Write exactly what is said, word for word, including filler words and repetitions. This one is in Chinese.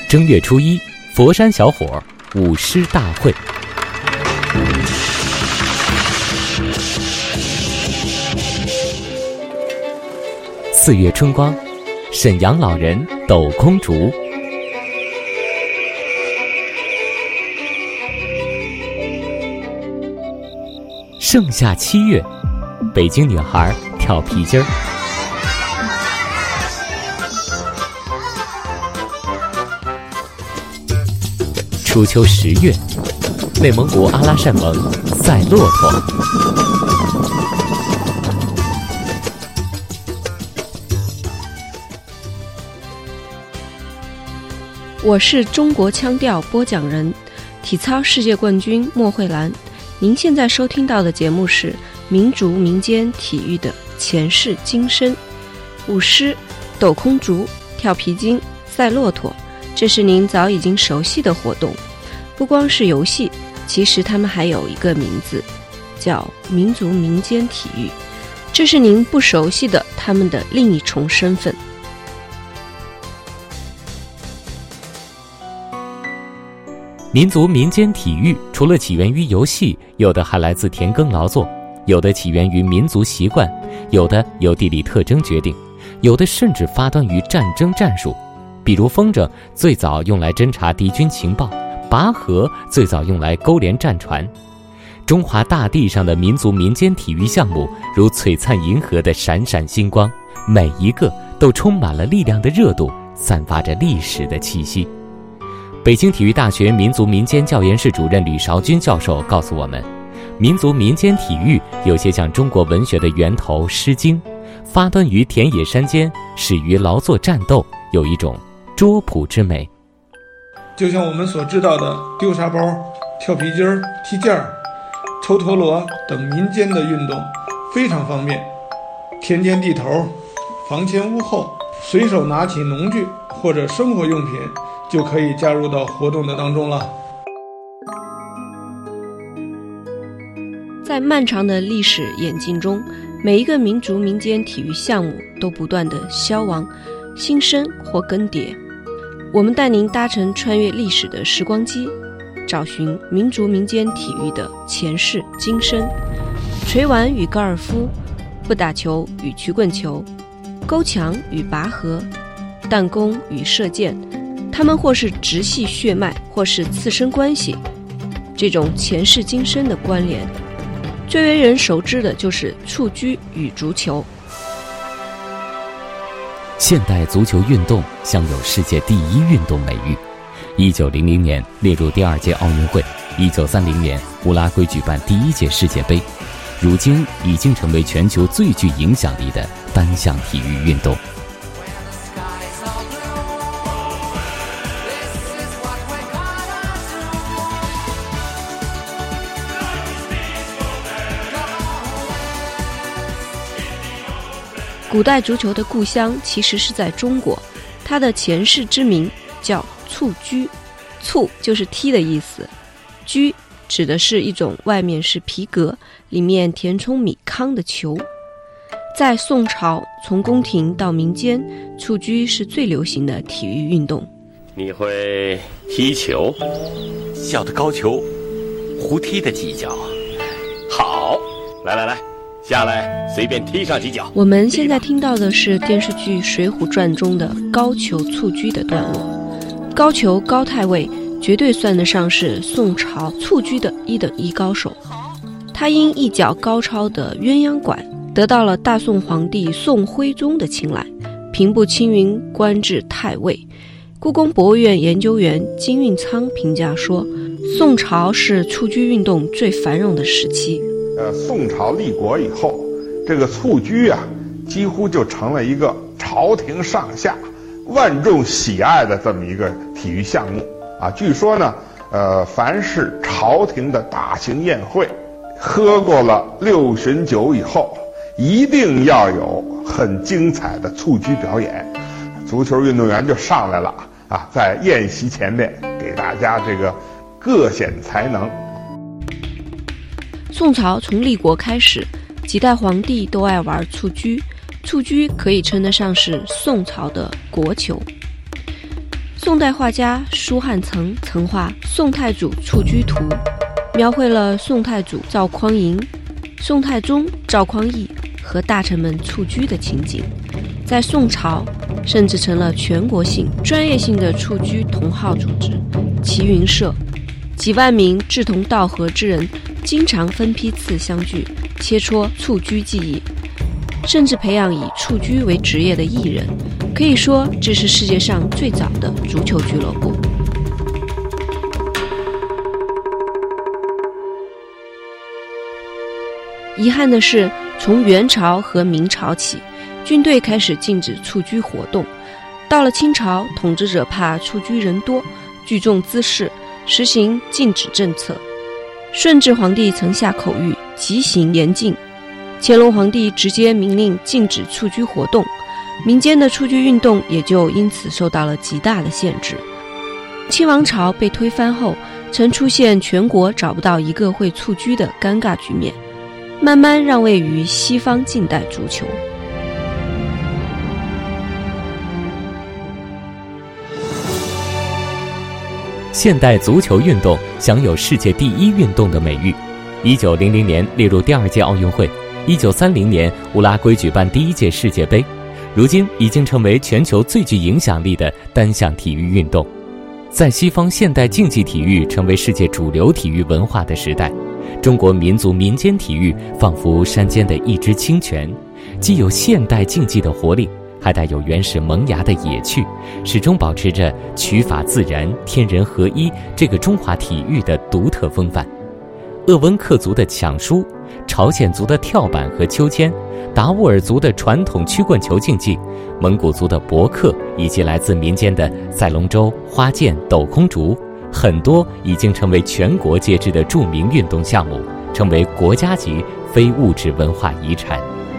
正月初一，佛山小伙舞狮大会。四月春光，沈阳老人抖空竹。盛夏七月，北京女孩跳皮筋儿。初秋十月，内蒙古阿拉善盟赛骆驼。 我是中国腔调播讲人，体操世界冠军莫慧兰。您现在收听到的节目是民族民间体育的前世今生，舞狮、抖空竹、跳皮筋、赛骆驼，这是您早已经熟悉的活动。不光是游戏，其实它们还有一个名字，叫民族民间体育。这是您不熟悉的他们的另一重身份。 民族民间体育除了起源于游戏，有的还来自田耕劳作，有的起源于民族习惯，有的由地理特征决定，有的甚至发端于战争战术。比如风筝最早用来侦察敌军情报，拔河最早用来勾连战船。中华大地上的民族民间体育项目如璀璨银河的闪闪星光，每一个都充满了力量的热度，散发着历史的气息。北京体育大学民族民间教研室主任吕韶军教授告诉我们，民族民间体育有些像中国文学的源头《诗经》，发端于田野山间，始于劳作战斗，有一种拙朴之美。 就像我们所知道的丢沙包、跳皮筋儿、踢毽儿、抽陀螺等民间的运动，非常方便。田间地头、房前屋后，随手拿起农具或者生活用品，就可以加入到活动的当中了。 在漫长的历史演进中，每一个民族民间体育项目都不断的消亡、新生或更迭。我们带您搭乘穿越历史的时光机，找寻民族民间体育的前世今生。锤丸与高尔夫，不打球与曲棍球，勾墙与拔河，弹弓与射箭，它们或是直系血脉，或是次生关系。这种前世今生的关联，最为人熟知的就是蹴鞠与足球。 现代足球运动享有世界第一运动美誉。一九零零年列入第二届奥运会，一九三零年乌拉圭举办第一届世界杯，如今已经成为全球最具影响力的单项体育运动。 古代足球的故乡其实是在中国，它的前世之名叫蹴鞠。蹴就是踢的意思，鞠指的是一种外面是皮革，里面填充米糠的球。在宋朝，从宫廷到民间，蹴鞠是最流行的体育运动。 你会踢球？ 小的高球，胡踢的几脚。 好，来来来，下来随便踢上几脚。 我们现在听到的是电视剧《水浒传》中的高俅蹴鞠的段落。高俅高太尉绝对算得上是宋朝蹴鞠的一等一高手，他因一脚高超的鸳鸯拐得到了大宋皇帝宋徽宗的青睐，平步青云，官至太尉。故宫博物院研究员金运仓评价说，宋朝是蹴鞠运动最繁荣的时期。 呃，宋朝立国以后，这个蹴鞠啊，几乎就成了一个朝廷上下万众喜爱的这么一个体育项目啊。据说呢，呃，凡是朝廷的大型宴会，喝过了六巡酒以后，一定要有很精彩的蹴鞠表演。足球运动员就上来了啊，在宴席前面给大家这个各显才能。 宋朝从立国开始，几代皇帝都爱玩蹴鞠，蹴鞠可以称得上是宋朝的国球。 宋代画家舒汉曾曾画《宋太祖蹴鞠图》，描绘了宋太祖赵匡胤、宋太宗赵匡胤和大臣们蹴鞠的情景。在宋朝，甚至成了全国性、专业性的蹴鞠同好组织——齐云社。几万名志同道合之人，经常分批次相聚，切磋蹴鞠技艺，甚至培养以蹴鞠为职业的艺人。可以说，这是世界上最早的足球俱乐部。遗憾的是，从元朝和明朝起，军队开始禁止蹴鞠活动。到了清朝，统治者怕蹴鞠人多，聚众滋事，实行禁止政策。顺治皇帝曾下口谕，极刑严禁。乾隆皇帝直接明令禁止蹴鞠活动，民间的蹴鞠运动也就因此受到了极大的限制。清王朝被推翻后，曾出现全国找不到一个会蹴鞠的尴尬局面，慢慢让位于西方近代足球。 现代足球运动享有世界第一运动的美誉。一九零零年列入第二届奥运会，一九三零年乌拉圭举办第一届世界杯，如今已经成为全球最具影响力的单项体育运动。在西方现代竞技体育成为世界主流体育文化的时代，中国民族民间体育仿佛山间的一支清泉，既有现代竞技的活力，还带有原始萌芽的野趣，始终保持着取法自然、天人合一这个中华体育的独特风范。鄂温克族的抢书，朝鲜族的跳板和秋千，达斡尔族的传统曲棍球竞技，蒙古族的博克，以及来自民间的赛龙舟、花剑、斗空竹，很多已经成为全国皆知的著名运动项目，成为国家级非物质文化遗产。